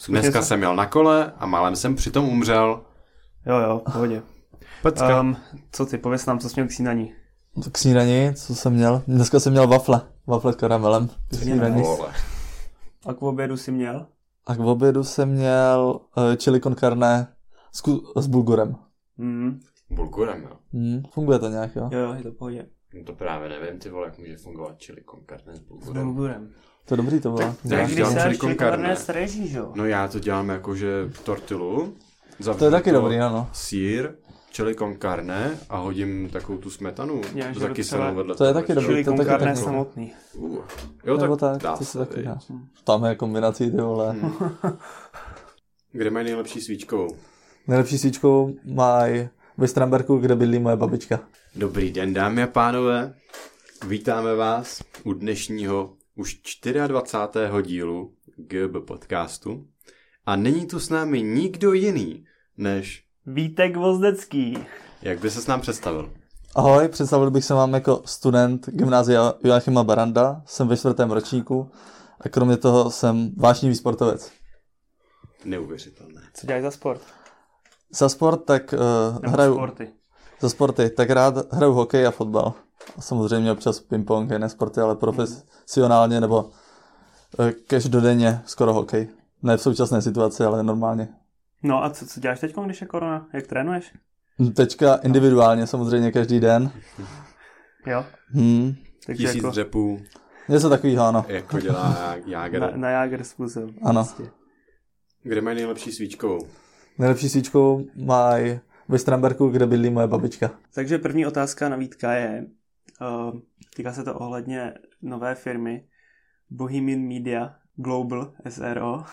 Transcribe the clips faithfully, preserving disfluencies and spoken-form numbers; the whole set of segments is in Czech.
Dneska jsem jel na kole a málem jsem přitom umřel. Jo, jo, v pohodě. Um, co ty, pověs nám, co jsi měl k snídaní? K snídaní, co jsem měl? Dneska jsem měl wafle. Wafle s karamelem. A k obědu jsi měl? A k obědu jsem měl uh, chili con carne s, s bulgurem. Mm. Bulgurem, jo? Mm, funguje to nějak, jo? Jo, jo, je to v pohodě. No to právě nevím, ty vole, jak může fungovat chili con carne s bulgurem. S bulgurem. To je dobrý to bylo. Tak, tak když se chili con carne s rejží, jo? No já to dělám jakože tortilu. To je taky dobrý, ano. Sýr, chili con carne a hodím takovou tu smetanu Já, za kyselou vedle. To je taky dobrý. Chili to con carne taky samotný. Uh. Jo, Nebo tak, tak dá to se, se taky dá. Hmm. Tam je kombinací, ty vole. Hmm. Kde mají nejlepší svíčkou? Nejlepší svíčkou mají ve Stramberku, kde bydlí moje babička. Dobrý den, dámy a pánové. Vítáme vás u dnešního už dvacátého čtvrtého dílu G B podcastu. A není tu s námi nikdo jiný, než Vítek Vozdecký. Jak by se s nám představil? Ahoj, představil bych se vám jako student gymnázia Joachima Baranda, jsem ve čtvrtém ročníku a kromě toho jsem vášnivý sportovec. Neuvěřitelné. Co děláš za sport? Za sport tak uh, hraju... sporty. Za sporty, tak rád hraju hokej a fotbal. A samozřejmě občas ping-pong, jiné sporty, ale profesionálně nebo uh, každodenně skoro hokej. Ne v současné situaci, ale normálně. No a co, co děláš teď, když je korona? Jak trénuješ? Teďka individuálně, samozřejmě každý den. Jo? Hmm. Takže Tisíc jako... dřepů. Něco takovýho, ano. Jako dělá Jáger. Na, na Jáger způsob. Ano. Prostě. Kde mají nejlepší svíčkou? Nejlepší svíčkou mají ve Stramberku, kde bydlí moje babička. Takže první otázka na Vítka je, uh, týká se to ohledně nové firmy Bohemian Media Global S R O.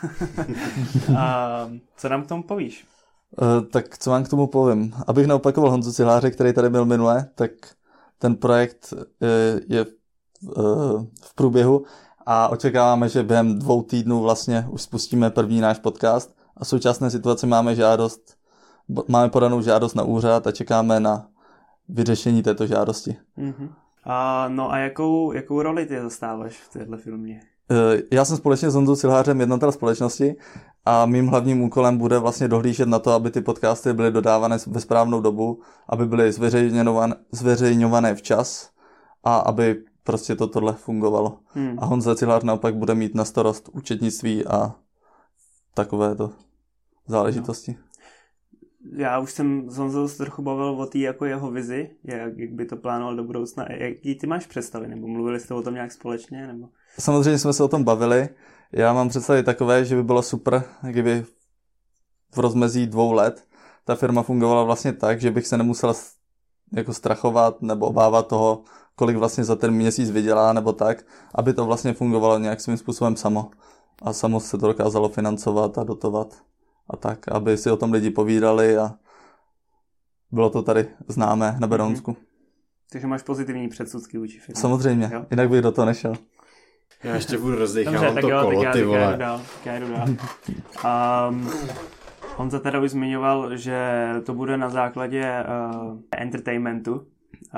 A co nám k tomu povíš? Uh, tak co vám k tomu povím? Abych neopakoval Honzu Cihláře, který tady byl minule, tak ten projekt uh, je uh, v průběhu a očekáváme, že během dvou týdnů vlastně už spustíme první náš podcast a v současné situaci máme žádost, máme podanou žádost na úřad a čekáme na vyřešení této žádosti. Uh-huh. A, no a jakou, jakou roli ty zastáváš v této firmě? Já jsem společně s Honzou Cihlářem jednatel společnosti a mým hlavním úkolem bude vlastně dohlížet na to, aby ty podcasty byly dodávané ve správnou dobu, aby byly zveřejňované, zveřejňované včas a aby prostě to tohle fungovalo. Hmm. A Honza Cihlář naopak bude mít na starost účetnictví a takovéto záležitosti. No. Já už jsem s Honzou trochu bavil o té jako jeho vizi, jak, jak by to plánoval do budoucna. Jaký ty máš představy? Nebo mluvili jste o tom nějak společně? Nebo... Samozřejmě jsme se o tom bavili. Já mám představy takové, že by bylo super, kdyby v rozmezí dvou let ta firma fungovala vlastně tak, že bych se nemusel jako strachovat nebo obávat toho, kolik vlastně za ten měsíc vydělá nebo tak, aby to vlastně fungovalo nějak svým způsobem samo. A samo se to dokázalo financovat a dotovat. A tak, aby si o tom lidi povídali a bylo to tady známé na Berounsku. Mm-hmm. Takže máš pozitivní předsudky vůči firmě. Samozřejmě, jo? Jinak bych do toho nešel. Já ještě budu rozdechávám to jo, kolo, ty vole. Dál, tak já jdu dál. Um, Honza teda už zmiňoval, že to bude na základě uh, entertainmentu, uh,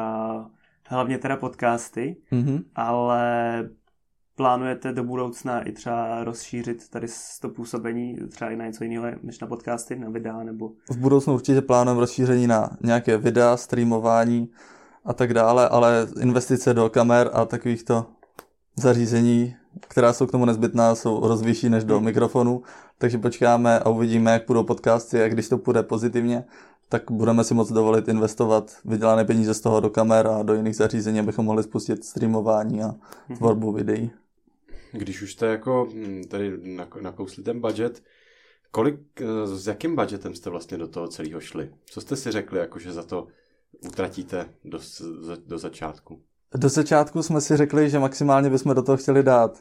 hlavně teda podcasty, mm-hmm. ale plánujete do budoucna i třeba rozšířit tady to působení třeba i na něco jiného než na podcasty, na videa nebo... V budoucnu určitě plánujeme rozšíření na nějaké videa, streamování a tak dále, ale investice do kamer a takovýchto zařízení, která jsou k tomu nezbytná, jsou rozvyšší než do mikrofonu, takže počkáme a uvidíme, jak půjdou podcasty a když to půjde pozitivně, tak budeme si moct dovolit investovat vydělané peníze z toho do kamer a do jiných zařízení, abychom mohli spustit streamování a tvorbu videí. Když už jste jako tady nakousli ten budget, kolik, s jakým budgetem jste vlastně do toho celého šli? Co jste si řekli, jakože za to utratíte do, do začátku? Do začátku jsme si řekli, že maximálně bychom do toho chtěli dát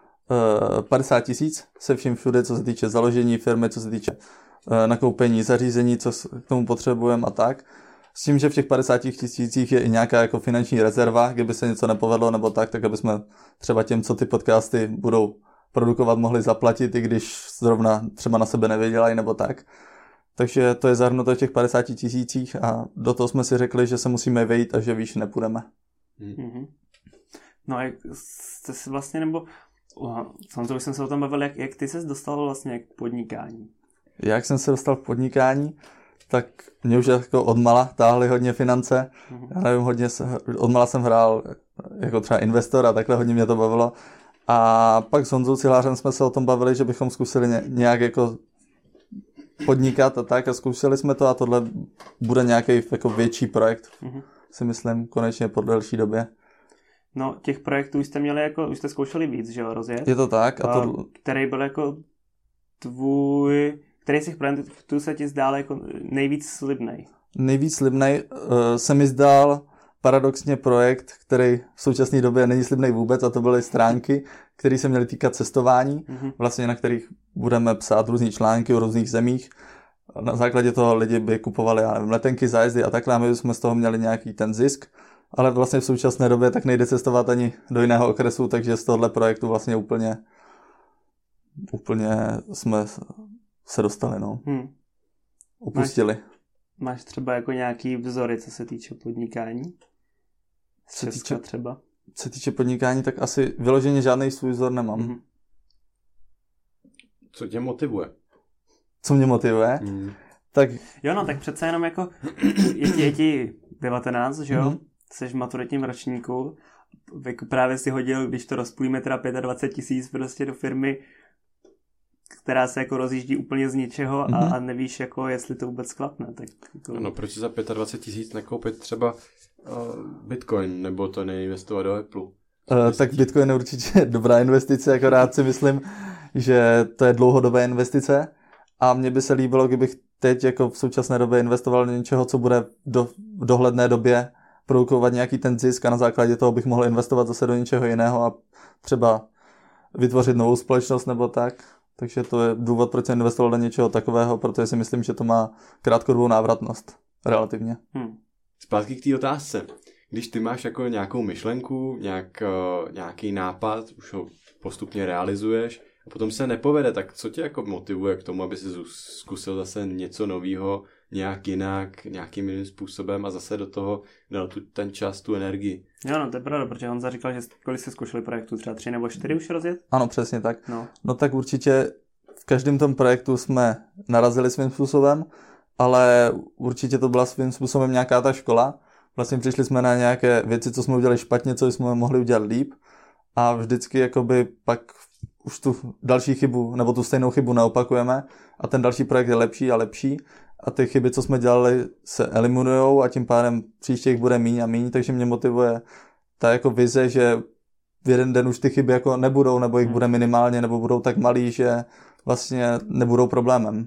uh, padesát tisíc se vším všude, co se týče založení firmy, co se týče uh, nakoupení zařízení, co k tomu potřebujeme a tak. S tím, že v těch padesáti tisících je i nějaká jako finanční rezerva, kdyby se něco nepovedlo nebo tak, tak aby jsme třeba těm, co ty podcasty budou produkovat, mohli zaplatit, i když zrovna třeba na sebe nevydělají nebo tak. Takže to je zahrnuto v těch padesáti tisících a do toho jsme si řekli, že se musíme vejít a že výš nepůjdeme. Mm-hmm. No a jak jste si vlastně, nebo Samozřejmě už jsem se o tom bavil, jak, jak ty ses dostal vlastně k podnikání. Jak jsem se dostal k podnikání, tak mě už jako odmala táhly hodně finance. Mm-hmm. Já nevím, hodně se, odmala jsem hrál jako třeba investor a takhle hodně mě to bavilo. A pak s Honzou Cihlářem jsme se o tom bavili, že bychom zkusili nějak jako podnikat a tak a zkusili jsme to a tohle bude nějaký jako větší projekt, mm-hmm. si myslím, konečně po delší době. No, těch projektů jste měli jako, už jste zkoušeli víc, že jo, rozjet? Je to tak. A to... Který byl jako tvůj, který z těch projektů se ti zdál jako nejvíc slibnej? Nejvíc slibnej uh, se mi zdál paradoxně projekt, který v současné době není slibnej vůbec, a to byly stránky, které se měly týkat cestování, mm-hmm. vlastně na kterých budeme psát různý články o různých zemích. Na základě toho lidi by kupovali, já nevím, letenky, zájezdy a takhle, a my jsme z toho měli nějaký ten zisk, ale vlastně v současné době tak nejde cestovat ani do jiného okresu, takže z tohohle projektu vlastně úplně úplně jsme se dostali, no. Hmm. Opustili. Máš, máš třeba jako nějaký vzory, co se týče podnikání? Z Česka týče, třeba? Co se týče podnikání, tak asi vyloženě žádný svůj vzor nemám. Hmm. Co tě motivuje? Co mě motivuje? Hmm. Tak... Jo, no, tak přece jenom jako je ti, je ti devatenáct, že jo? Hmm. Jsi v maturitním ročníku, jako právě si hodil, když to rozpůjíme teda dvacet pět tisíc prostě do firmy, která se jako rozjíždí úplně z ničeho mm-hmm. a, a nevíš, jako, jestli to vůbec klapne. Tak jako... No proč za dvacet pět tisíc nekoupit třeba uh, Bitcoin, nebo to neinvestovat do Apple? Uh, tak Bitcoin je určitě dobrá investice, akorát si myslím, že to je dlouhodobá investice a mně by se líbilo, kdybych teď jako v současné době investoval do něčeho, co bude do, v dohledné době produkovat nějaký ten zisk a na základě toho bych mohl investovat zase do něčeho jiného a třeba vytvořit novou společnost nebo tak. Takže to je důvod, proč jsem investoval do něčeho takového, protože si myslím, že to má krátkodobou návratnost relativně. Hmm. Zpátky k té otázce. Když ty máš jako nějakou myšlenku, nějak, uh, nějaký nápad, už ho postupně realizuješ a potom se nepovede, tak co tě jako motivuje k tomu, aby si zkusil zase něco nového, nějak jinak, nějakým jiným způsobem a zase do toho dal tu, ten čas, tu energii. Jo, no to je pravda, protože Honza říkal, že kolik jste zkoušeli projektu, třeba tři nebo čtyři už rozjet? Ano, přesně tak. No. no tak určitě v každém tom projektu jsme narazili svým způsobem, ale určitě to byla svým způsobem nějaká ta škola. Vlastně přišli jsme na nějaké věci, co jsme udělali špatně, co jsme mohli udělat líp a vždycky jakoby pak už tu další chybu, nebo tu stejnou chybu neopakujeme a ten další projekt je lepší a lepší a ty chyby, co jsme dělali, se eliminujou a tím pádem příště jich bude míň a míň, takže mě motivuje ta jako vize, že v jeden den už ty chyby jako nebudou, nebo jich hmm. bude minimálně, nebo budou tak malý, že vlastně nebudou problémem.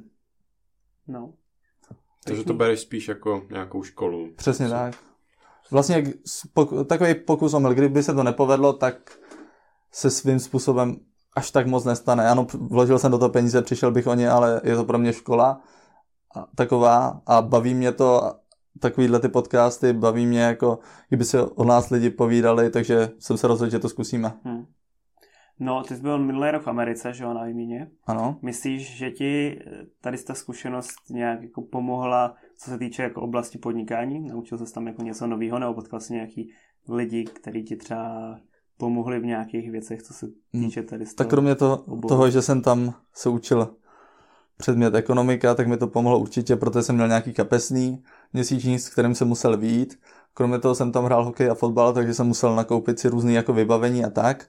No. Takže to bereš spíš jako nějakou školu. Přesně co? Tak. Vlastně takový pokus omyl, kdyby se to nepovedlo, tak se svým způsobem až tak moc nestane. Ano, vložil jsem do toho peníze, přišel bych o ně, ale je to pro mě škola a taková a baví mě to, takovýhle ty podcasty, baví mě jako, kdyby se o nás lidi povídali, takže jsem se rozhodl, že to zkusíme. Hmm. No, ty jsi byl minulý rok v Americe, že jo, na výměně. Ano. Myslíš, že ti tady ta zkušenost nějak jako pomohla, co se týče jako oblasti podnikání? Naučil jsi tam jako něco nového, nebo potkal jsi nějaký lidi, kteří ti třeba pomohli v nějakých věcech, co se týče tady z toho? Tak kromě toho, toho, že jsem tam se učil předmět ekonomika, tak mi to pomohlo určitě, protože jsem měl nějaký kapesný měsíční, s kterým jsem musel vyjít. Kromě toho jsem tam hrál hokej a fotbal, takže jsem musel nakoupit si různý jako vybavení a tak.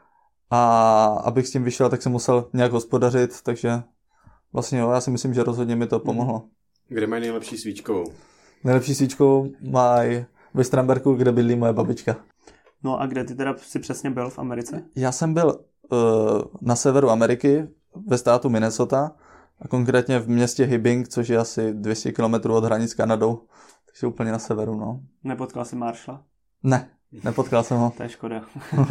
A abych s tím vyšel, tak jsem musel nějak hospodařit, takže vlastně jo, já si myslím, že rozhodně mi to pomohlo. Kde mají nejlepší svíčkovou? Nejlepší svíčkovou mají ve Stramberku, kde bydlí moje babička. No a kde ty teda si přesně byl v Americe? Já jsem byl uh, na severu Ameriky, ve státu Minnesota, a konkrétně v městě Hibbing, což je asi dvě stě kilometrů od hranic s Kanadou, takže úplně na severu, no. Nepotkal jsi Marshalla? Ne, nepotkal jsem ho. To je škoda.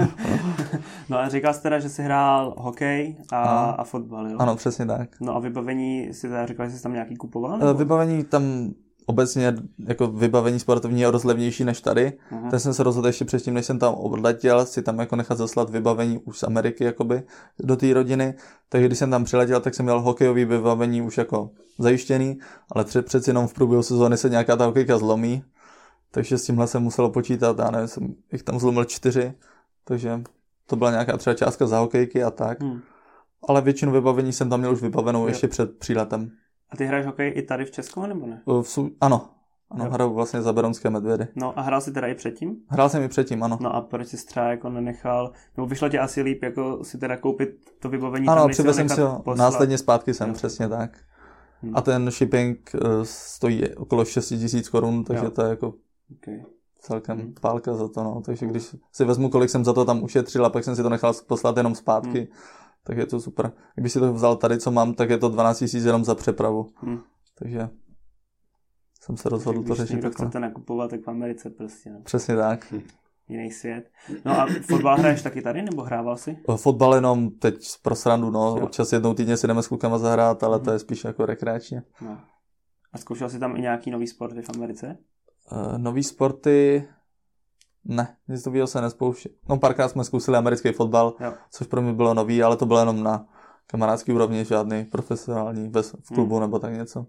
No a říkal jsi teda, že jsi hrál hokej a, a fotbal, jo? Ano, přesně tak. No a vybavení, jsi teda říkal, že jsi tam nějaký kupoval? Nebo? Vybavení tam obecně, jako vybavení sportovní je rozlevnější než tady. Uh-huh. Tak jsem se rozhodl ještě předtím, než jsem tam odletěl, si tam jako nechat zaslat vybavení už z Ameriky jakoby do té rodiny. Takže když jsem tam přiletěl, tak jsem měl hokejový vybavení už jako zajištěný, ale před, přeci jenom v průběhu sezóny se nějaká ta hokejka takže s tímhle jsem musel počítat, já nevím, jsem jich tam zlomil čtyři, takže to byla nějaká třeba částka za hokejky a tak. Hmm. Ale většinu vybavení jsem tam měl už vybavenou jo. ještě před příletem. A ty hraješ hokej i tady v Česku, nebo ne? V su- ano. Ano, jo. Hraju vlastně za Berounské Medvědy. No a hrál jsi teda i předtím? Hrál jsem i předtím, ano. No a proč jsi třeba jako nenechal, nebo vyšlo tě asi líp jako si teda koupit to vybavení? Ano, přivez jsem si ho, následně zpátky jsem, jo. přesně tak. Hmm. A ten shipping uh, stojí okolo šest tisíc korun, takže jo. to je jako okay. celkem hmm. pálka za to, no. Takže když si vezmu, kolik jsem za to tam ušetřil a pak jsem si to nechal poslat jenom zpátky, hmm. tak je to super. Když si to vzal tady, co mám, tak je to dvanáct tisíc jenom za přepravu. Hmm. Takže jsem se rozhodl to řešit. Když chcete nakupovat, tak v Americe prostě. No. Přesně tak. Jiný svět. No a fotbal hraješ taky tady, nebo hrával jsi? Fotbal jenom teď pro srandu, no. Jo. Občas jednou týdně si jdeme s klukama zahrát, ale hmm. to je spíš jako rekreačně. No. A zkoušel jsi tam i nějaký nový sporty v Americe? Uh, nový sporty... Ne, nic takového se nespouští. No párkrát jsme zkusili americký fotbal, jo. což pro mě bylo nový, ale to bylo jenom na kamarádský úrovni, žádný profesionální bez, v klubu hmm. nebo tak něco.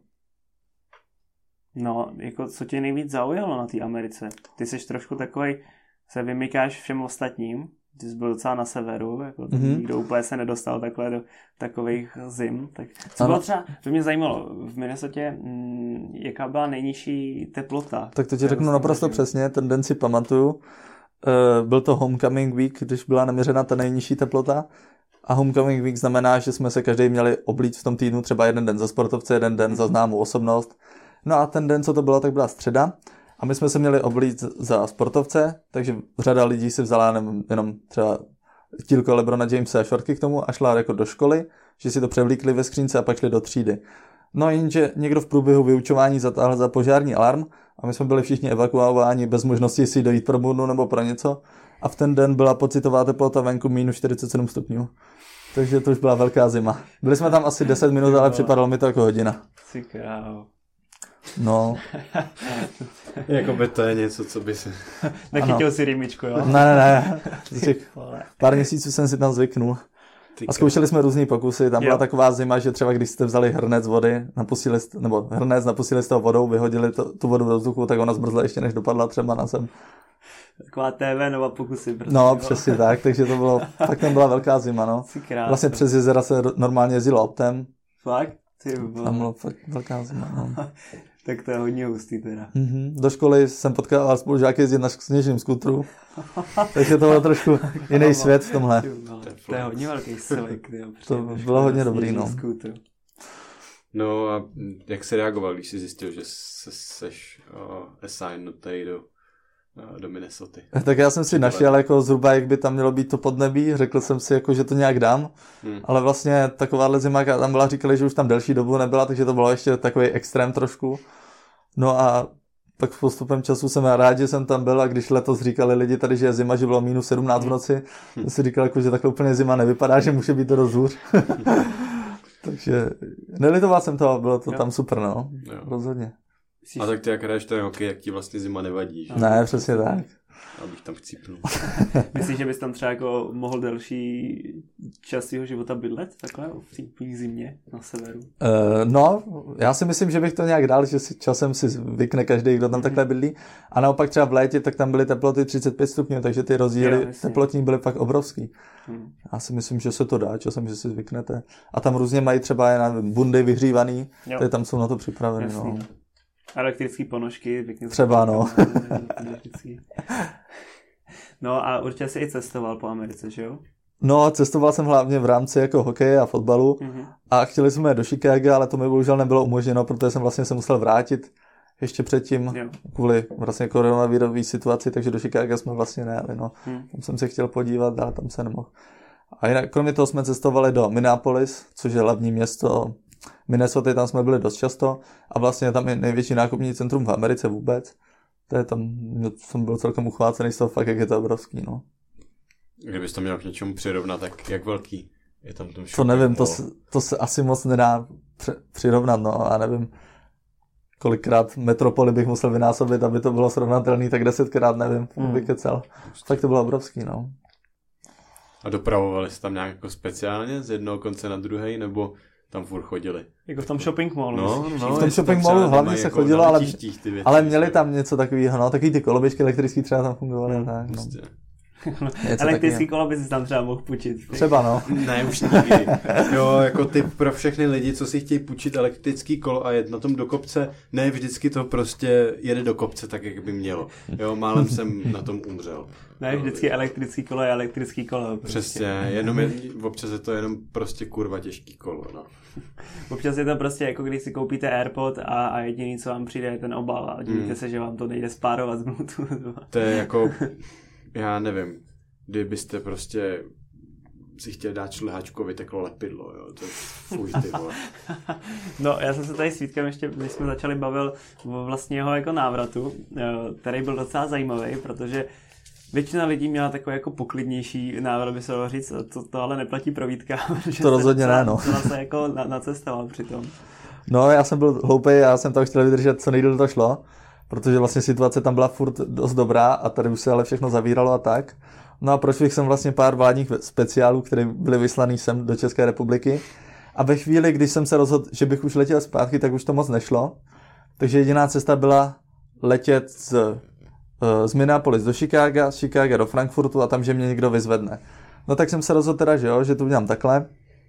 No, jako co tě nejvíc zaujalo na té Americe? Ty jsi trošku takovej, se vymykáš všem ostatním, ty jsi byl docela na severu, jako mm-hmm. nikdo úplně se nedostal takhle do takových zim. Tak co bylo třeba, to mě zajímalo, v Minnesotě, m, jaká byla nejnižší teplota? Tak to ti řeknu naprosto přesně, ten den si pamatuju. Uh, byl to homecoming week, když byla naměřena ta nejnižší teplota. A homecoming week znamená, že jsme se každý měli oblíct v tom týdnu třeba jeden den za sportovce, jeden den za známou osobnost. No a ten den, co to bylo, tak byla středa. A my jsme se měli oblíct za sportovce, takže řada lidí si vzala jenom, jenom třeba tílko LeBrona Jamesa a šortky k tomu a šla jako do školy, že si to převlíkli ve skřínce a pak šli do třídy. No jenže někdo v průběhu vyučování zatáhl za požární alarm a my jsme byli všichni evakuováni bez možnosti si dojít pro burnu nebo pro něco. A v ten den byla pocitová teplota venku minus čtyřicet sedm stupňů. Takže to už byla velká zima. Byli jsme tam asi deset minut, ale připadalo mi to jako hodina. Ty krávo. No. Jakoby to je něco, co by si... Nechytil si rýmičku, jo? Ne, ne, ne. Pár měsíců jsem si tam zvyknul. A zkoušeli jsme různý pokusy. Tam byla jo. taková zima, že třeba když jste vzali hrnec vody, napustili, nebo hrnec, napustili s tou vodou, vyhodili to, tu vodu do vzduchu, tak ona zmrzla ještě než dopadla třeba na zem. Taková T V Nova pokusy. Prostě, no, jo. přesně tak, takže to bylo, tak tam byla velká zima, no. Vlastně přes jezera se normálně jezdilo optem. Fakt? Ty tam byla fakt velká zima, no. Tak to je hodně hustý teda. Mm-hmm. Do školy jsem potkal spolužáky jezdit na sněžném skútru, takže to bylo trošku jiný svět v tomhle. To je hodně velký silik. To bylo hodně dobrý, no. Skútru. No a jak jsi reagoval, když jsi zjistil, že se seš uh, assignutý do, uh, do Minnesoty? Tak já jsem si našel jako zhruba, jak by tam mělo být to podnebí, řekl jsem si, jako, že to nějak dám, hmm. ale vlastně takováhle zima, jak tam byla, říkali, že už tam delší dobu nebyla, takže to bylo ještě takový extrém trošku. No a pak postupem času jsem rád, že jsem tam byl a když letos říkali lidi tady, že je zima, že bylo minus sedmnáct v noci, hmm. si říkal, jako, že takhle úplně zima nevypadá, že může být to dost hůř. Takže nelitoval jsem to, bylo to jo. tam super, no. Jo. Rozhodně. A tak ty jak hraješ ten hokej, jak ti vlastně zima nevadí, že? Ne, přesně tak. Abych tam chcípnul. Myslíš, že bys tam třeba jako mohl delší čas svého života bydlet takhle v té zimě na severu? Uh, no, já si myslím, že bych to nějak dal, že si časem si zvykne každý, kdo tam mm-hmm. takhle bydlí. A naopak třeba v létě, tak tam byly teploty třicet pět stupňů, takže ty rozdíly jo, teplotní byly fakt obrovský. Hmm. Já si myslím, že se to dá, časem, že si zvyknete. A tam různě mají třeba jen bundy vyhřívaný, které tam jsou na to připravené. No. Elektrické ponožky. Třeba, no. No a určitě jsi i cestoval po Americe, že jo? No, cestoval jsem hlavně v rámci jako hokeje a fotbalu mm-hmm. a chtěli jsme do Chicaga, ale to mi bohužel nebylo umožněno, protože jsem vlastně se musel vrátit ještě předtím jo. kvůli vlastně koronavirové situaci, takže do Chicaga jsme vlastně nejeli, no. Mm. Tam jsem se chtěl podívat, ale tam se nemohl. A jinak, kromě toho jsme cestovali do Minneapolis, což je hlavní město Minnesota, tam jsme byli dost často a vlastně tam je největší nákupní centrum v Americe vůbec. To je tam, jsem byl celkem uchvácený z toho fakt, jak je to obrovský, no. Kdybys to měl k něčemu přirovnat, tak jak velký je tam ten To nevím, to se, to se asi moc nedá přirovnat, no, a nevím, kolikrát metropoly bych musel vynásobit, aby to bylo srovnatelné, tak desetkrát, nevím, hmm. vykecel. Tak to bylo obrovský, no. A dopravovali se tam nějak jako speciálně z jednoho konce na druhý, nebo tam furt chodili? Jako v tom shopping mallu. No, no, v tom shopping mallu hlavně se jako chodilo, ale, věci, ale měli tam něco takového, no, takový ty koloběžky elektrický třeba tam fungovaly. Hmm, tak, no. Elektrický kolo by si tam třeba mohl půjčit. Třeba no. Ne, už nikdy. Jo, jako tip pro všechny lidi, co si chtějí půjčit elektrický kolo a jet na tom do kopce, ne vždycky to prostě jede do kopce tak, jak by mělo. Jo, málem jsem na tom umřel. Ne, vždycky elektrický kolo je elektrický kolo. Prostě. Přesně, jenom je, občas je to jenom prostě kurva těžký kolo, no. Občas je to prostě jako když si koupíte AirPod a, a jediný, co vám přijde, je ten obal a divíte hmm. se, že vám to nejde spárovat z Bluetooth. To je jako, já nevím, kdybyste prostě si chtěl dát šlehačku, vyteklo lepidlo, jo, to je fuj, ty vole. No, já jsem se tady s Vítkem ještě, když jsme začali bavil o vlastně jeho jako návratu, který byl docela zajímavý, protože většina lidí měla takový jako poklidnější návrat, by se dalo říct, to, to ale neplatí pro Vítka, protože to rozhodně ne, no. To se jako na, nacestoval přitom. No, já jsem byl hloupej, já jsem tam chtěl vydržet, co nejdýl to šlo, protože vlastně situace tam byla furt dost dobrá a tady už se ale všechno zavíralo a tak. No a prošel jsem vlastně pár vládních speciálů, které byly vyslaný sem do České republiky. A ve chvíli, když jsem se rozhodl, že bych už letěl zpátky, tak už to moc nešlo. Takže jediná cesta byla letět z, z Minneapolis do Chicaga, z Chicaga do Frankfurtu a tam, že mě někdo vyzvedne. No tak jsem se rozhodl teda, že jo, že to udělám takhle.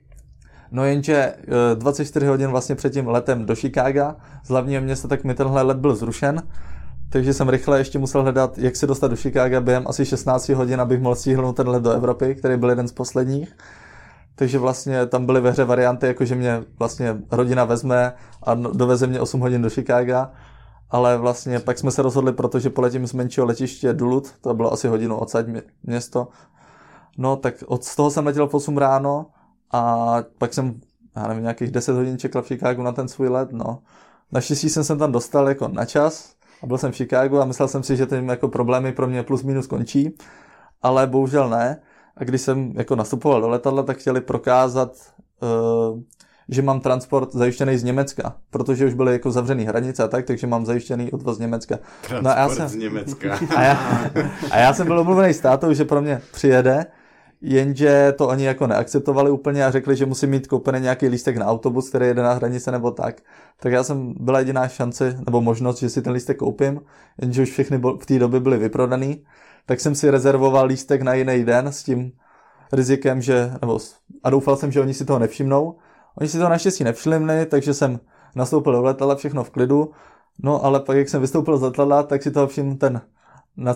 No jenže dvacet čtyři hodin vlastně před tím letem do Chicaga z hlavního města, tak mi tenhle let byl zrušen. Takže jsem rychle ještě musel hledat, jak se dostat do Chicaga během asi šestnáct hodin, abych mohl stihnout ten let do Evropy, který byl jeden z posledních. Takže vlastně tam byly ve hře varianty, jako že mě vlastně rodina vezme a doveze mě osm hodin do Chicaga. Ale vlastně pak jsme se rozhodli, protože poletím z menšího letiště Duluth, to bylo asi hodinu odsaď město. No tak od z toho jsem letěl v osm ráno a pak jsem, já nevím, nějakých deset hodin čekal v Chicagu na ten svůj let, no. Naštěstí jsem se tam dostal jako na čas a byl jsem v Chicagu a myslel jsem si, že tím jako problémy pro mě plus minus končí, ale bohužel ne. A když jsem jako nastupoval do letadla, tak chtěli prokázat, uh, že mám transport zajištěný z Německa, protože už byly jako zavřený hranice a tak, takže mám zajištěný odvoz z Německa. Transport no a já jsem, z Německa. A já, a já jsem byl omluvený s tátou, že pro mě přijede, jenže to oni jako neakceptovali úplně a řekli, že musím mít koupený nějaký lístek na autobus, který jede na hranice nebo tak. Tak já jsem byla jediná šance nebo možnost, že si ten lístek koupím, jenže už všechny v té době byly vyprodaný. Tak jsem si rezervoval lístek na jiný den s tím rizikem, že, nebo, a doufal jsem, že oni si toho nevšimnou. Oni si toho naštěstí nevšimli, takže jsem nastoupil do letadla, všechno v klidu. No ale pak, jak jsem vystoupil z letadla, tak si toho všiml ten, ten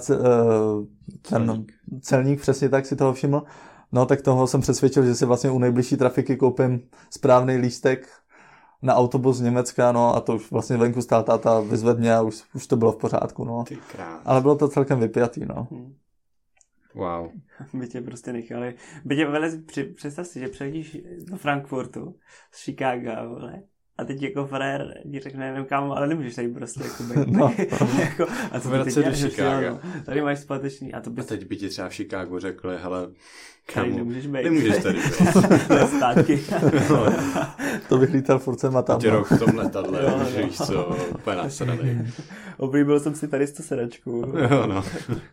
celník. celník, přesně tak si toho všiml. No tak toho jsem přesvědčil, že si vlastně u nejbližší trafiky koupím správný lístek na autobus z Německa, no a to už vlastně venku stál táta, vyzvedl mě a už, už to bylo v pořádku, no. Ty krás. Ale bylo to celkem vypjatý, no. Hmm. Wow. By tě prostě nechali. By tě vele, představ si, že přejdeš do Frankfurtu z Chicaga, vole. A teď jako frér ti řekne, nevím kámo, ale nemůžeš tady prostě jako být. No. jako, a co Vrace do Chicaga. Tady máš spatečný. A, to bys... a teď by ti třeba v Chicagu řekli, hele, Tady nemůžeš být. Nemůžeš tady být. Státky. To bych lítal furt sem a tam. Tě rok v tom letadle, jo, no. Víš co, úplně nasranej. Oblíbil jsem si tady sto sedačku. Jo, no.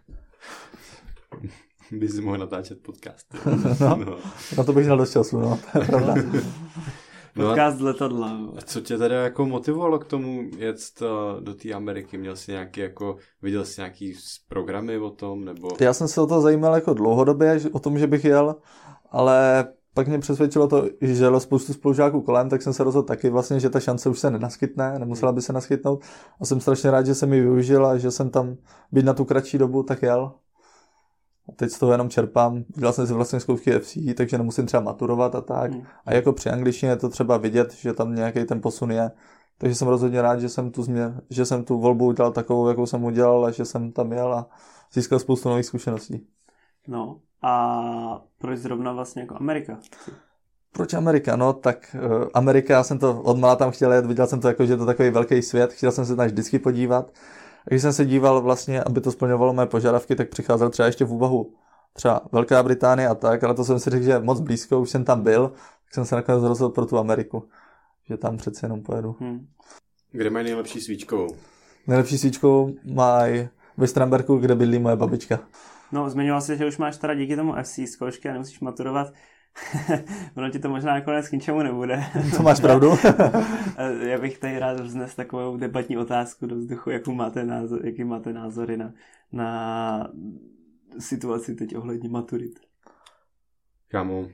By si mohl natáčet podcast. No, no. Na to bych měl dost času, no, to je pravda. Podcast no letadla. A co tě teda jako motivovalo k tomu jet do té Ameriky? Měl jsi nějaký jako, viděl jsi nějaký programy o tom, nebo? Já jsem se o to zajímal jako dlouhodobě, o tom, že bych jel, ale pak mě přesvědčilo to, že jelo spoustu spolužáků kolem, tak jsem se rozhodl taky vlastně, že ta šance už se nenaskytne, nemusela by se naskytnout. A jsem strašně rád, že jsem ji využil a že jsem tam být na tu kratší dobu, tak jel. A teď z toho jenom čerpám. Dělal jsem si vlastně zkoušky F C, takže nemusím třeba maturovat a tak. Hmm. A jako při angličtině je to třeba vidět, že tam nějaký ten posun je. Takže jsem rozhodně rád, že jsem tu, změ, že jsem tu volbu udělal takovou, jakou jsem udělal a že jsem tam jel a získal spoustu nových zkušeností. No a proč zrovna vlastně jako Amerika? Proč Amerika? No tak uh, Amerika, já jsem to odmala tam chtěl jet, viděl jsem to jako, že je to takový velký svět, chtěl jsem se tam vždycky podívat. Když jsem se díval vlastně, aby to splňovalo mé požadavky, tak přicházel třeba ještě v úvahu třeba Velká Británie a tak, ale to jsem si řekl, že moc blízko, už jsem tam byl, tak jsem se nakonec rozhodl pro tu Ameriku, že tam přece jenom pojedu. Hmm. Kde mají nejlepší svíčkovou? Nejlepší svíčkovou mají ve Stramberku, kde bydlí moje babička. No, zmiňoval jsi, že už máš teda díky tomu F C zkoušky a nemusíš maturovat. Ono ti to možná nakonec k ničemu nebude. To máš pravdu. Já bych tady rád vznes takovou debatní otázku do vzduchu, jakou máte názor, jaký máte názory na, na situaci teď ohledně maturit? Kámo,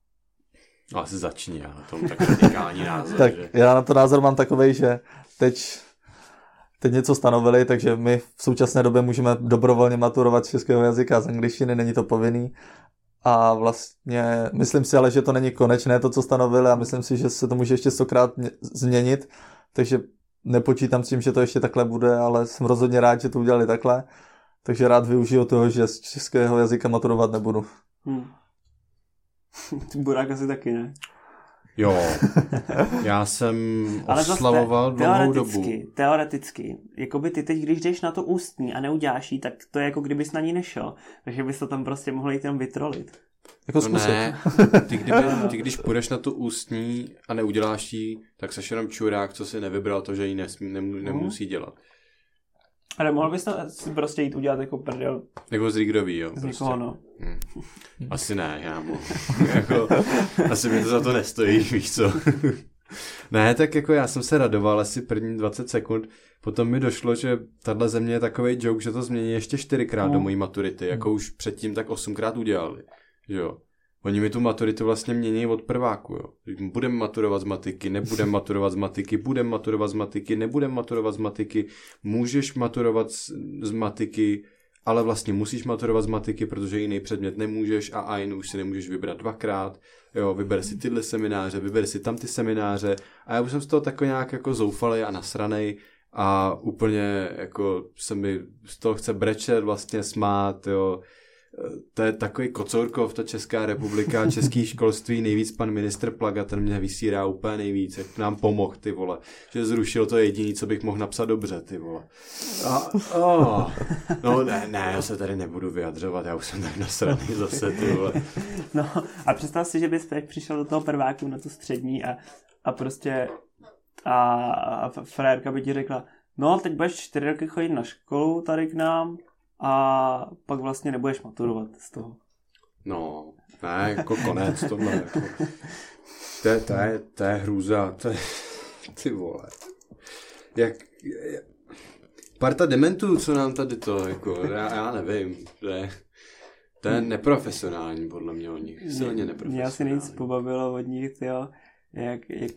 asi začni, já na tom tak radikální názor. Tak že... já na to názor mám takovej, že teď, teď něco stanovili, takže my v současné době můžeme dobrovolně maturovat z českého jazyka, z angličtiny, není to povinný. A vlastně myslím si ale, že to není konečné to, co stanovili a myslím si, že se to může ještě stokrát změnit, takže nepočítám s tím, že to ještě takhle bude, ale jsem rozhodně rád, že to udělali takhle, takže rád využiju toho, že z českého jazyka maturovat nebudu. Hmm. Burák asi taky, ne? Jo, já jsem oslavoval dlouhou dobu. Teoreticky, jakoby ty teď, když jdeš na to ústní a neuděláš jí, tak to je jako kdybys na ní nešel. Takže bys to tam prostě mohl jít jenom vytrolit. Jako no ne, ty, kdyby, ty když půjdeš na tu ústní a neuděláš jí, tak seš jenom čurák, co si nevybral to, že ji nesmí, nemů, nemusí dělat. Ale mohl bys to si prostě jít udělat jako prdel. Jako z Rigrový, jo. Z prostě. někoho, no. Hmm. Asi ne, já mu. jako, asi mi to za to nestojí, víš co. Ne, tak jako já jsem se radoval asi první dvacet sekund, potom mi došlo, že tahle země je takovej joke, že to změní ještě čtyřikrát no. do mojí maturity, jako už předtím tak osmkrát udělali, že jo. Oni mi tu maturitu vlastně mění od prváku, jo. Budeme maturovat z matiky, nebudeme maturovat z matiky, budeme maturovat z matiky, nebudeme maturovat z matiky, můžeš maturovat z, z matiky, ale vlastně musíš maturovat z matiky, protože jiný předmět nemůžeš a A J N už si nemůžeš vybrat dvakrát, jo, vyber si tyhle semináře, vyber si tam ty semináře a já už jsem z toho takový nějak jako zoufalej a nasranej a úplně jako se mi z toho chce brečet, vlastně smát, jo. To je takový kocourkov, ta Česká republika, český školství, nejvíc pan ministr Plaga, ten mě vysírá úplně nejvíc, jak nám pomohl, ty vole, že zrušil to jediný, co bych mohl napsat dobře, ty vole. A, oh. No ne, ne, já se tady nebudu vyjadřovat, já už jsem tady nasraný zase, ty vole. No a představ si, že bys přišel do toho prváku na tu střední a, a prostě a, a frérka by ti řekla, no teď budeš čtyři roky chodit na školu tady k nám, a pak vlastně nebudeš maturovat z toho. No, ne, jako konec tohle. Jako. To, je, to, je, to je hrůza. To je, ty vole. Jak, jak, parta dementů, co nám tady to, jako, já, já nevím. To je, to je neprofesionální, podle mě od nich. Silně neprofesionální. Mě asi nejvíc pobavilo od nich, tyjo, jak, jak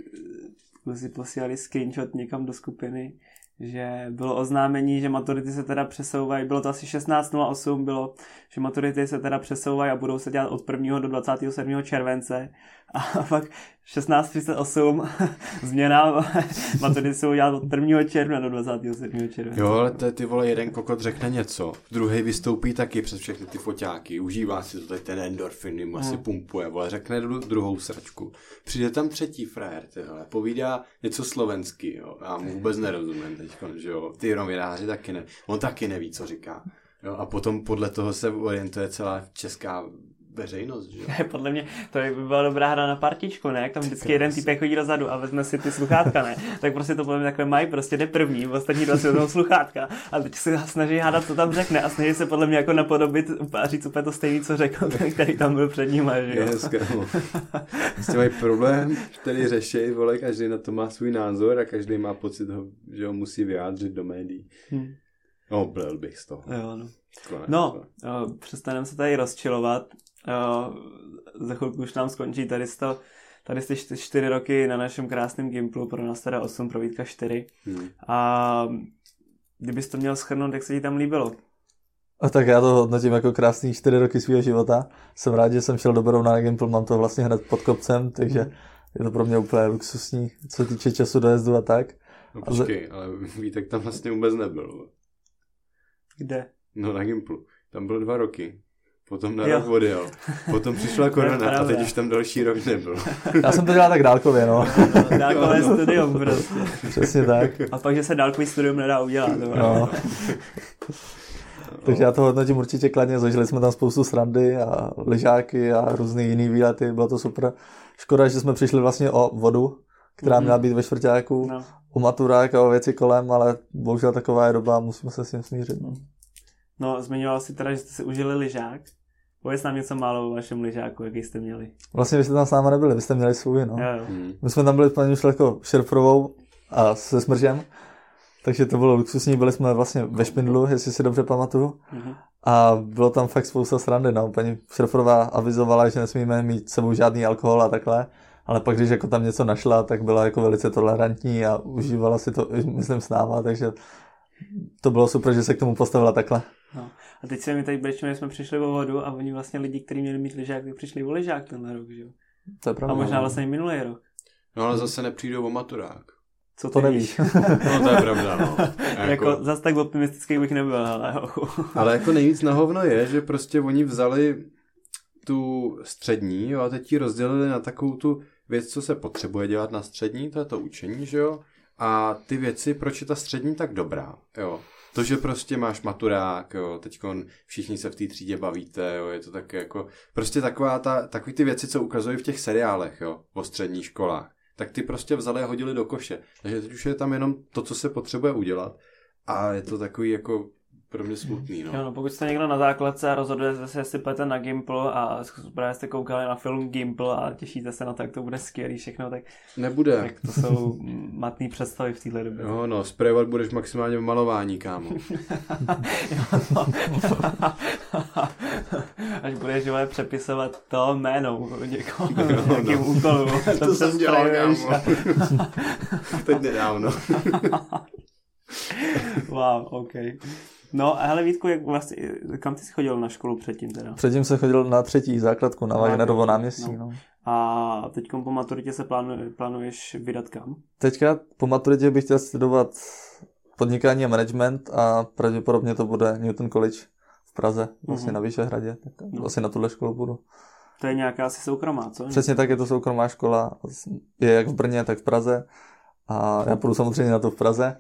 si posílali screenshot někam do skupiny, že bylo oznámení, že maturity se teda přesouvají, bylo to asi šestnáct nula osm, bylo, že maturity se teda přesouvají a budou se dělat od prvního do dvacátého sedmého července a pak šestnáct třicet osm změna, maturity se budou dělat od prvního června do dvacátého sedmého července. Jo, ale ty, ty vole, jeden kokot řekne něco, druhý vystoupí taky přes všechny ty foťáky, užívá si to tady ten endorfin, mu asi pumpuje, vole, řekne druhou sračku. Přijde tam třetí frajer, tyhle, povídá něco slovensky, jo, já mu vůbec nerozumím teďkon, že jo, ty novináři taky ne, on taky neví, co říká, jo, a potom podle toho se orientuje celá česká veřejnost, že jo. Podle mě to by byla dobrá hra na partičku, ne? Jak tam vždycky jeden týpek chodí dozadu a vezme si ty sluchátka, ne? Tak prostě to podle mě takhle mají, prostě jde první, ostatní dva si vezmou sluchátka a teď se snaží hádat, co tam řekne a snaží se podle mě jako napodobit a říct úplně to stejný, co řekl, který tam byl před ním, že jo. Yes, prostě mají problém, který řeší, vole, každý na to má svůj názor a každý má pocit, že ho musí vyjádřit do médií. Hmm. No, byl bych z toho. Jo, no. Konec, no, uh, přestaneme se tady rozčilovat. Uh, za chvilku už nám skončí tady, sto, tady jste čtyři roky na našem krásném Gimplu, pro nás teda osm, pro Vítka čtyři. Hmm. A kdybys to měl shrnout, jak se ti tam líbilo? A tak já to hodnotím jako krásný čtyři roky svého života. Jsem rád, že jsem šel do Berouna na Gimpl, mám to vlastně hned pod kopcem, takže je to pro mě úplně luxusní, co se týče času dojezdu a tak. No počkej, ale Vítek tam vlastně vůbec nebyl. Kde? No na Gimplu. Tam byl dva roky. Potom na jo. rok odjel. Potom přišla korona a teď už tam další rok nebyl. Já jsem to dělal tak dálkově, no. no dálkové no. studium prostě. Přesně tak. A pak, že se dálkový studium nedá udělat. No. no. Takže já to hodnotím určitě kladně. Zažili jsme tam spoustu srandy a lyžáky a různý jiný výlety. Bylo to super. Škoda, že jsme přišli vlastně o vodu, která mm-hmm. měla být ve čtvrťáku, no. o maturák a o věci kolem, ale bohužel taková je doba a musíme se s tím smířit. No, no zmiňoval jsi teda, že jste si užili lyžák. Pověz nám něco málo o vašem lyžáku, jaký jste měli. Vlastně vy jste tam s náma nebyli, vy jste měli svůj, no. Jo, jo. My jsme tam byli s paní Šlechou Šerfrovou a se Smržem, takže to bylo luxusní, byli jsme vlastně ve Špindlu, jestli si dobře pamatuju. Mm-hmm. A bylo tam fakt spousta srandy, no. Paní šéfová avizovala, že nesmíme mít s sebou žádný alkohol a takhle, ale pak, když jako tam něco našla, tak byla jako velice tolerantní a užívala si to, myslím, s náma, takže to bylo super, že se k tomu postavila takhle. No. A teď se mi tady brečíme, že jsme přišli o vodu a oni vlastně lidi, kteří měli mít lyžák, tak přišli o lyžák tenhle rok, že jo? To je pravda. A možná vlastně i minulý rok. No ale zase nepřijdou o maturák. Co to nevíš? No to je pravda, no. jako, jako zas tak optimistický bych nebyl, ale ale jako nejvíc na hovno je, že prostě oni vzali tu střední, jo, a teď ji rozdělili na takovou tu věc, co se potřebuje dělat na střední, to je to učení, že jo? A ty věci, proč je ta střední tak dobrá, jo? To, že prostě máš maturák, jo, teďkon všichni se v té třídě bavíte, jo, je to tak jako, prostě taková ta, takový ty věci, co ukazují v těch seriálech, jo, o středních školách, tak ty prostě vzali a hodili do koše. Takže teď už je tam jenom to, co se potřebuje udělat a je to takový jako pro mě smutný, no. Jo, no pokud jste někdo na základce a rozhodujete se, jestli půjdete na Gimple a právě jste koukali na film Gimple a těšíte se na to, jak to bude skvělý všechno, tak nebude. Tak to jsou matný představy v téhle době. Jo, no, sprejovat budeš maximálně v malování, kámo. Jo, no. Až budeš vole, přepisovat to jméno někoho, no, nějakým no. úkolu. To, to jsem dělal, kámo. Teď nedávno. Wow, ok. No a hele Vítku, jak vlastně, kam ty jsi chodil na školu předtím teda? Předtím jsem chodil na třetí základku na Wagnerovo náměstí. No. No. A teď po maturitě se plánu, plánuješ vydat kam? Teďka po maturitě bych chtěl studovat podnikání a management a pravděpodobně to bude Newton College v Praze, vlastně mm-hmm. na Vyšehradě. Tak no. Asi na tuhle školu budu. To je nějaká asi soukromá, co? Přesně tak, je to soukromá škola. Je jak v Brně, tak v Praze. A já půjdu samozřejmě na to v Praze.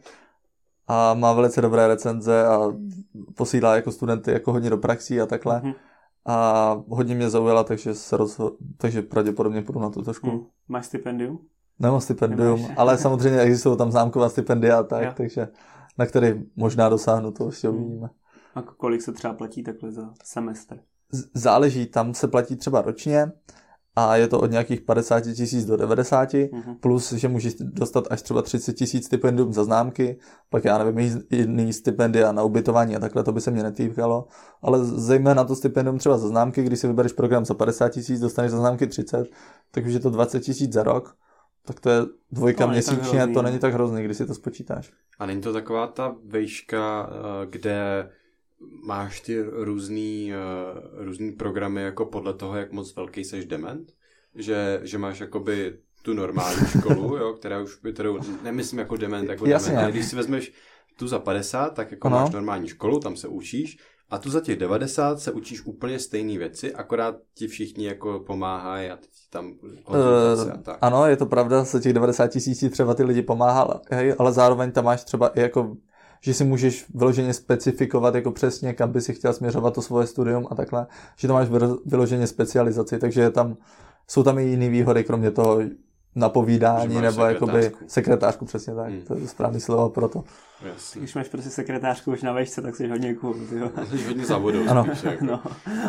A má velice dobré recenze a posílá jako studenty jako hodně do praxí a takhle. Mm-hmm. A hodně mě zaujala, takže se rozhod... takže pravděpodobně půjdu na tuto školu. Hmm. Máš stipendium? Nemám stipendium, Nemáš. Ale samozřejmě existují tam zámková stipendia a tak, jo. Takže na který možná dosáhnu, to ještě uvidíme. A kolik se třeba platí takhle za semestr? Záleží, tam se platí třeba ročně a je to od nějakých padesát tisíc do devadesát, mm-hmm. plus, že můžeš dostat až třeba třicet tisíc stipendium za známky, pak já nevím, jiný stipendia na ubytování a takhle, to by se mě netýkalo, ale zejména to stipendium třeba za známky, když si vybereš program za padesát tisíc, dostaneš za známky třicet, tak už je to dvacet tisíc za rok, tak to je dvojka to měsíčně, to není tak hrozný, když si to spočítáš. A není to taková ta vejška, kde máš ty různý, uh, různý programy jako podle toho, jak moc velký seš dement? Že, že máš jakoby tu normální školu, jo, která už, kterou nemyslím jako dement, jako Jasně. dement, ale když si vezmeš tu za padesát, tak jako ano. máš normální školu, tam se učíš, a tu za těch devadesát se učíš úplně stejné věci, akorát ti všichni jako pomáhají a teď tam konzultace uh, a tak. Ano, je to pravda, za těch devadesát tisíc třeba ty lidi pomáhali, ale zároveň tam máš třeba i jako že si můžeš vyloženě specifikovat jako přesně, kam by si chtěl směřovat to svoje studium a takhle, že tam máš vyloženě specializaci, takže tam, jsou tam i jiné výhody, kromě toho napovídání nebo jakoby sekretářku, přesně tak, hmm. to je správný slovo pro to. Jasně. Když máš prostě sekretářku už na vejšce, tak jsi hodně cool. Jsi hodně za vodou. Ano. Spíš, jako. No.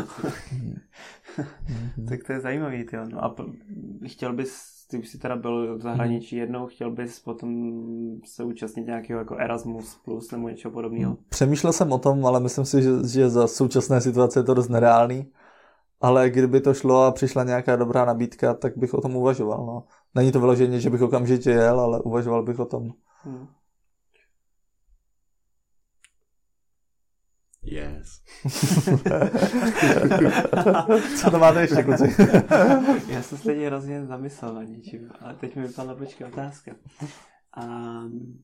Tak to je zajímavý, tyjo. No a chtěl bys, ty už jsi teda byl v zahraničí jednou, chtěl bys potom se účastnit nějakého jako Erasmus plus nebo něčeho podobného? Přemýšlel jsem o tom, ale myslím si, že, že za současné situace je to dost nereálný. Ale kdyby to šlo a přišla nějaká dobrá nabídka, tak bych o tom uvažoval. No. Není to vyloženě, že bych okamžitě jel, ale uvažoval bych o tom. Hmm. Yes. Co to máte ještě, kluci? Já jsem se teď hrozně zamyslel na něčím, ale teď mi vypadla počkej otázka. Um,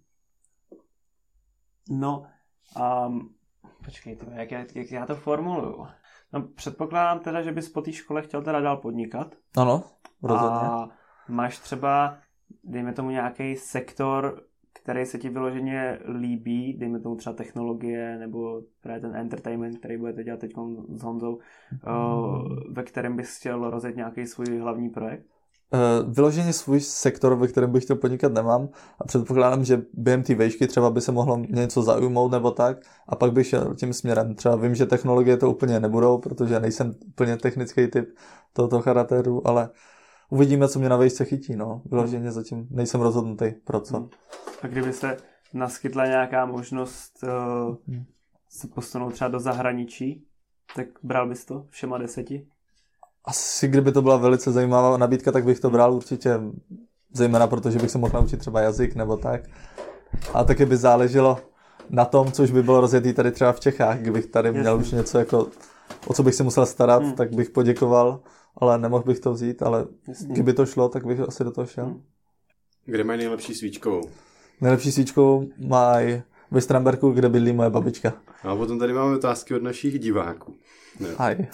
no, um, počkej, tyhle, jak, já, jak já to formuluju? No, předpokládám teda, že bys po té škole chtěl teda dál podnikat. Ano, rozhodně. A máš třeba, dejme tomu nějaký sektor, který se ti vyloženě líbí, dejme tomu třeba technologie, nebo právě ten entertainment, který budete dělat teď s Honzou, mm. ve kterém bys chtěl rozjet nějaký svůj hlavní projekt? Vyloženě svůj sektor, ve kterém bych chtěl podnikat, nemám a předpokládám, že během té vejšky třeba by se mohlo něco zaujmout nebo tak a pak bych šel tím směrem. Třeba vím, že technologie to úplně nebudou, protože nejsem úplně technický typ tohoto charakteru, ale uvidíme, co mě na vejšce chytí. No. Vyloženě zatím nejsem rozhodnutý pro co. A kdyby se naskytla nějaká možnost uh, se posunout třeba do zahraničí, tak bral bys to všema deseti? Asi kdyby to byla velice zajímavá nabídka, tak bych to bral určitě, zejména protože bych se mohl naučit třeba jazyk nebo tak. A taky by záleželo na tom, což by bylo rozjetý tady třeba v Čechách. Kdybych tady měl Jasně. už něco, jako, o co bych se musel starat, hmm. tak bych poděkoval, ale nemohl bych to vzít, ale Jasně. kdyby to šlo, tak bych asi do toho šel. Hmm. Kde mají nejlepší svíčkovou? Nejlepší svíčkovou mají ve Stramberku, kde bydlí moje babička. A potom tady máme otázky od našich diváků. Aj.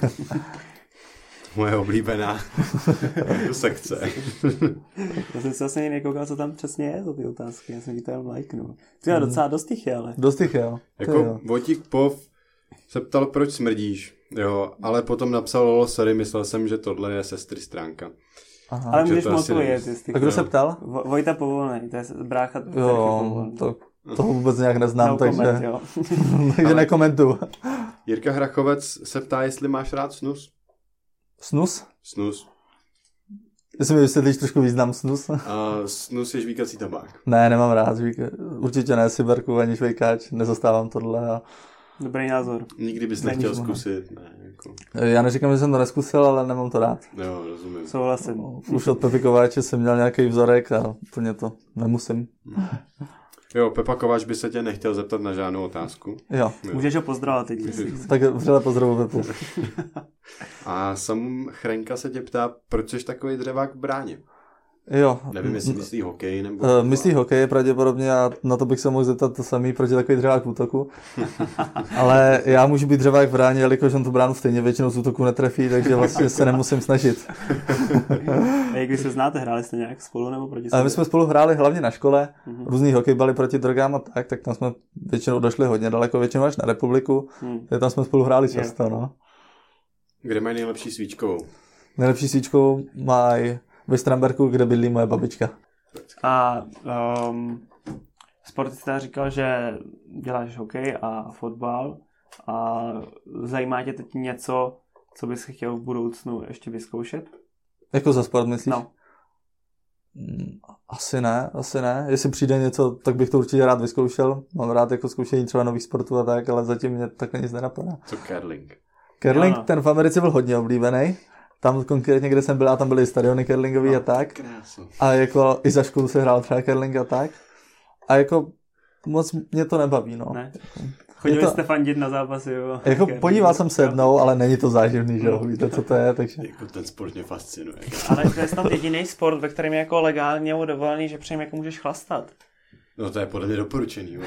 Moje oblíbená sekce. Já jsem se vlastně nekoukal, co tam přesně je za ty otázky. Já jsem ti to jen lajknul. To je docela dost jich je, ale. Dost jich je, jo. Jako Vojtík Pov se ptal, proč smrdíš, jo, ale potom napsal lolo, sorry, myslel jsem, že tohle je sestry stránka. Aha. Ale můžeš mu odpovědět, jestli... A kdo se ptal? Vojta Povolnej, to je brácha. Jo, to, toho vůbec nějak neznám, no, takže, koment, jo. takže nekomentuju. Jirka Hrachovec se ptá, jestli máš rád snus. Snus? Snus. Jestli mi vysvětlíš trošku význam snus? A snus je žvíkací tabák. Ne, nemám rád žvíka. Určitě ne Siberku ani švejkáč, nezastávám tohle. A... Dobrý názor. Nikdy bys nechtěl zkusit. Ne, jako... Já neříkám, že jsem to neskusil, ale nemám to rád. Jo, rozumím. Souhlasím. Už od Pepy Kováče jsem měl nějaký vzorek a úplně to nemusím. Jo, Pepa Kováč by se tě nechtěl zeptat na žádnou otázku. Jo. jo. Můžeš ho pozdravovat teď. Tak vřele pozdravu Pepu. A Sam Chrenka se tě ptá, proč jsi takový dřevák v bráně? Jo. Nevím, jestli myslí hokej nebo... Uh, myslí hokej pravděpodobně a na to bych se mohl zeptat to samý, proč je takový dřevák v útoku. Ale já můžu být dřevák v bráně, jelikož on tu bránu stejně většinou z útoku netrefí, takže vlastně se nemusím snažit. A jak vy se znáte, hráli jste nějak spolu nebo proti sobě? My jsme spolu hráli hlavně na škole, uh-huh. různý hokejbaly proti drogám a tak, tak tam jsme většinou došli hodně daleko, většinou až na republiku, uh-huh. tam jsme spolu hráli často. Yeah. No. Kde mají nejlepší svíčkovou? Nejlepší svíčkovou mají ve Stramberku, kde bydlí moje babička. A um, sportista říkal, že děláš hokej a fotbal a zajímá tě teď něco, co bys chtěl v budoucnu ještě vyzkoušet? Jako za sport myslíš? No. Asi ne, asi ne. Jestli přijde něco, tak bych to určitě rád vyzkoušel. Mám rád jako zkoušení třeba nových sportů a tak, ale zatím mě takhle nic nenapadá. Co curling? Curling, no. Ten v Americe byl hodně oblíbený. Tam konkrétně, kde jsem byl, a tam byly stadiony curlingový no, a tak. Krásný. A jako i za školu se hrál třeba curling a tak. A jako moc mě to nebaví, no. Ne. Chodili to... jste fandit na zápasy, jo? Jako podíval jsem se jednou, ale není to záživný, že jo? Víte, co to je, takže... Jako ten sport mě fascinuje. Ale to je snad jediný sport, ve kterém je jako legálně dovolený, že přijím jako můžeš chlastat. No to je podle mě doporučený, jo.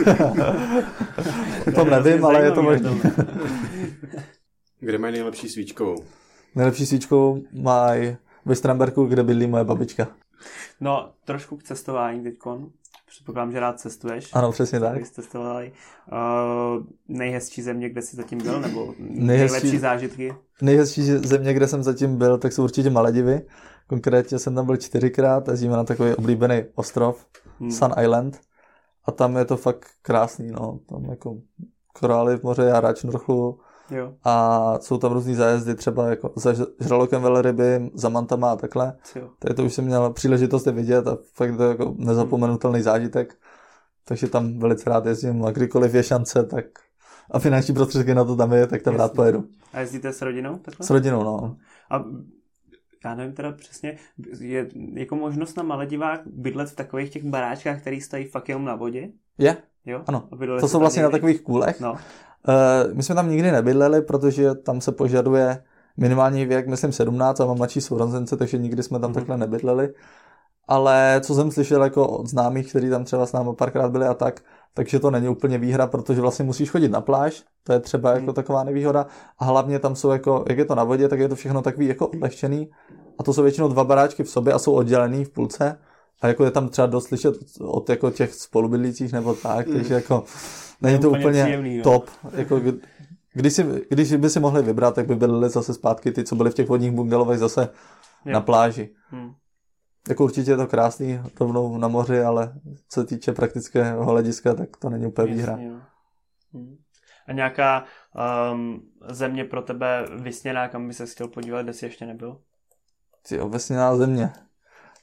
To nevím, ale je to možné. Kde mají nejlepší svíčkovou? Nejlepší svíčkou mají ve Stramberku, kde bydlí moje babička. No, trošku k cestování teďkon. Předpokládám, že rád cestuješ. Ano, přesně tak. Jste cestovali. Uh, nejhezčí země, kde jsi zatím byl, nebo nejhezčí, nejlepší zážitky? Nejhezčí země, kde jsem zatím byl, tak jsou určitě Maledivy. Konkrétně jsem tam byl čtyřikrát, jezdíme na takový oblíbený ostrov, hmm. Sun Island. A tam je to fakt krásný, no. Tam jako korály v moře, járáč, norchlu. Jo. A jsou tam různý zájezdy, třeba jako za žralokem velryby, za mantama a takhle. Jo. To, to už jsem měl příležitost je vidět a fakt to je jako nezapomenutelný zážitek. Takže tam velice rád jezdím, a kdykoliv je šance, tak a finanční prostředky na to tam je, tak tam Jasně. rád pojedu. A jezdíte s rodinou? Takhle? S rodinou, no. A já nevím teda přesně, je jako možnost na Maledivách bydlet v takových těch baráčkách, které stojí fakt jenom na vodě? Je, jo? Ano. To jsou vlastně na takových kůlech. No. Uh, my jsme tam nikdy nebydleli, protože tam se požaduje minimální věk, myslím sedmnáct, a mám mladší sourozence, takže nikdy jsme tam mm-hmm. takhle nebydleli. Ale co jsem slyšel jako od známých, kteří tam třeba s námi párkrát byli a tak, takže to není úplně výhra, protože vlastně musíš chodit na pláž, to je třeba jako mm. taková nevýhoda. A hlavně tam jsou jako, jak je to na vodě, tak je to všechno takový jako odlehčený. A to jsou většinou dva baráčky v sobě a jsou oddělený v půlce. A jako je tam třeba dost slyšet od jako těch spolubydlících nebo tak, mm. takže jako není to úplně příjemný, top. Jako, když, si, když by si mohli vybrat, tak by byly zase zpátky ty, co byly v těch vodních bungalovech zase jo. na pláži. Hmm. Jako určitě je to krásný, rovnou na moři, ale co se týče praktického hlediska, tak to není úplně výhra. Hmm. A nějaká um, země pro tebe vysněná, kam by se chtěl podívat, kde jsi ještě nebyl? Ty vysněná země.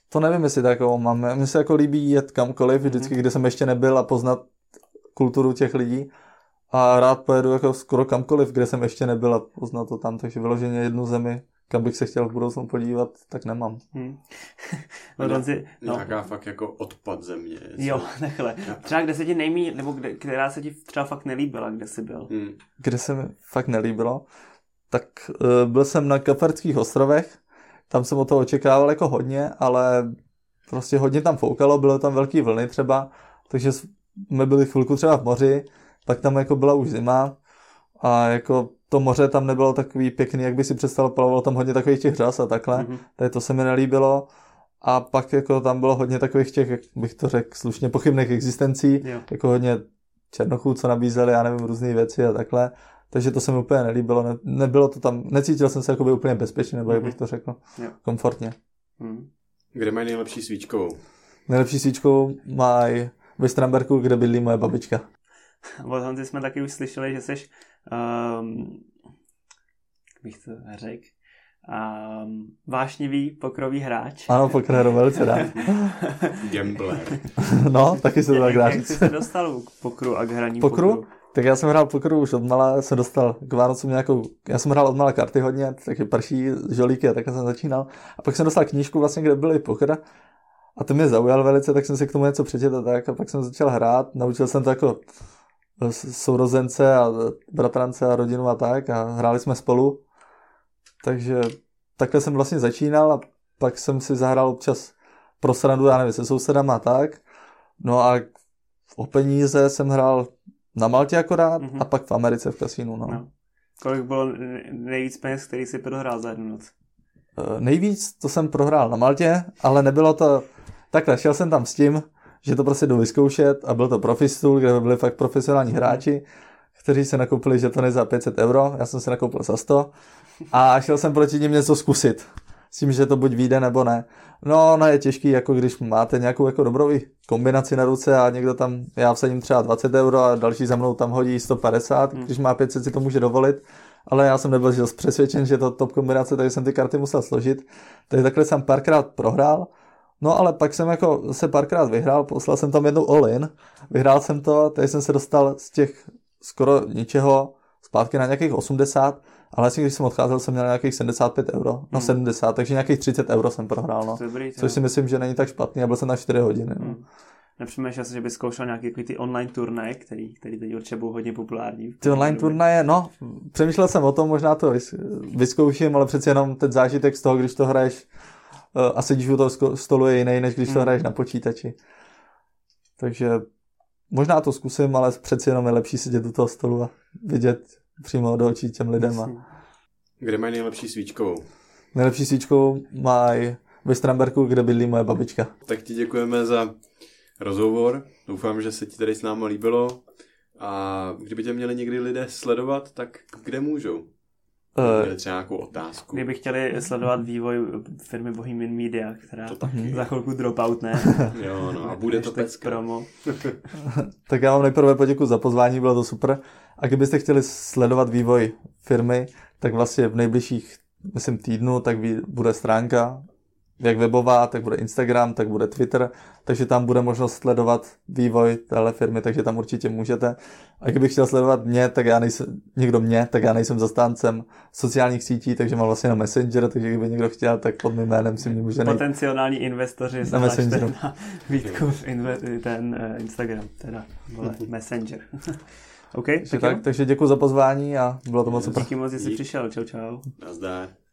To nevím, jestli takovou mám. Mně se jako líbí jet kamkoliv, vždycky, kde jsem ještě nebyl a poznat kulturu těch lidí. A rád pojedu jako skoro kamkoliv, kde jsem ještě nebyl a poznat to tam. Takže vyloženě jednu zemi, kam bych se chtěl v budoucnu podívat, tak nemám. Hmm. no, si, no. Nějaká fakt jako odpad země. Co? Jo, takhle. Třeba kde se ti nejmí, nebo kde, která se ti třeba fakt nelíbila, kde jsi byl? Hmm. Kde se mi fakt nelíbilo? Tak uh, byl jsem na Kapverdských ostrovech, tam jsem o toho očekával jako hodně, ale prostě hodně tam foukalo, bylo tam velký vlny třeba, takže jsme byli chvilku třeba v moři, pak tam jako byla už zima a jako to moře tam nebylo takový pěkný, jak by si představil, plavalo tam hodně takových těch řas a takhle, mm-hmm. takže to se mi nelíbilo a pak jako tam bylo hodně takových těch, jak bych to řekl slušně, pochybných existencí, jo. Jako hodně černochů, co nabízeli, já nevím, různé věci a takhle. Takže to se mi úplně nelíbilo, ne, nebylo to tam, necítil jsem se jakoby úplně bezpečně, nebo mm-hmm. jak bych to řekl, jo. komfortně. Mm. Kde mají nejlepší svíčkou? Nejlepší svíčkou mají ve Stramberku, kde bydlí moje babička. Od Honzy jsme taky už slyšeli, že jsi, um, bych to řekl, um, vášnivý pokrový hráč. Ano, pokr hru velice rád. Gambler. No, taky se to tak dá říct. Jak jsi se dostal k pokru a k hraní pokru? pokru? Tak já jsem hrál pokru už odmala, jsem dostal k Vánocům nějakou, já jsem hrál odmala karty hodně, taky prší, žolíky a takhle jsem začínal. A pak jsem dostal knížku vlastně, kde byl i pokr. A to mě zaujal velice, tak jsem si k tomu něco přečetl tak a pak jsem začal hrát. Naučil jsem to jako sourozence a bratrance a rodinu a tak a hráli jsme spolu. Takže takhle jsem vlastně začínal a pak jsem si zahrál občas pro srandu, já nevím, se sousedama a tak. No a o peníze jsem hrál na Maltě akorát mm-hmm. a pak v Americe v kasínu. No. No. Kolik bylo nejvíc peněz, který jsi prohrál za jednu noc? Uh, nejvíc to jsem prohrál na Maltě, ale nebylo to... Takhle, šel jsem tam s tím, že to prostě jdu vyzkoušet a byl to Profistůl, kde byli fakt profesionální hráči, kteří se nakoupili žetony za pět set euro, já jsem se nakoupil za sto a šel jsem proti ním něco zkusit. S tím, že to buď vyjde nebo ne. No, no je těžký, jako když máte nějakou jako dobrou kombinaci na ruce a někdo tam, já vsadím třeba dvacet euro a další za mnou tam hodí sto padesát, hmm. když má pět set si to může dovolit, ale já jsem nebyl že přesvědčen, že to top kombinace, takže jsem ty karty musel složit. Takže takhle jsem párkrát prohrál, no ale pak jsem jako se párkrát vyhrál, poslal jsem tam jednou all-in, vyhrál jsem to, tady jsem se dostal z těch skoro ničeho zpátky na nějakých osmdesát, ale vlastně když jsem odcházel, jsem měl nějakých sedmdesát pět euro, no hmm. sedmdesát, takže nějakých třicet euro jsem prohrál, no. Dobrý, což si myslím, že není tak špatný a byl jsem na čtyři hodiny. No. Hmm. Nepřemýšlel jsi, že bys zkoušel nějaký ty online turnaje, který, který teď určitě budou hodně populární? Ty online turnaje, no, přemýšlel jsem o tom, možná to vyzkouším, ale přeci jenom ten zážitek z toho, když to hraješ a sedíš u toho stolu je jiný, než když to hraješ na počítači. Takže možná to zkusím, ale přeci jenom je lepší sedět u toho stolu a vidět přímo do očí těm lidem. A... Kde mají nejlepší svíčkou? Nejlepší svíčkou mají ve Stramberku, kde bydlí moje babička. Tak ti děkujeme za rozhovor. Doufám, že se ti tady s námi líbilo. A kdyby tě měli někdy lidé sledovat, tak kde můžou? Měli třeba nějakou otázku. Kdyby chtěli sledovat vývoj firmy Bohemian Media, která za chvilku dropoutne. Jo, no a bude to pecka. Promo. Tak já vám nejprve poděkuji za pozvání, bylo to super. A kdybyste chtěli sledovat vývoj firmy, tak vlastně v nejbližších, myslím, týdnu, tak bude stránka, jak webová, tak bude Instagram, tak bude Twitter, takže tam bude možnost sledovat vývoj téhle firmy, takže tam určitě můžete. A kdybych chtěl sledovat mě, tak já nejsem, někdo mě, tak já nejsem zastáncem sociálních sítí, takže mám vlastně na Messenger, takže kdyby někdo chtěl, tak pod mým jménem si mě může najít. Potenciální investoři na Messengeru. Na Vítkův inve- ten uh, Instagram, teda vole, Messenger. OK, tak, tak, takže děkuji za pozvání a bylo to moc super. Díky moc, že jsi přišel. Čau, čau. Nazdar.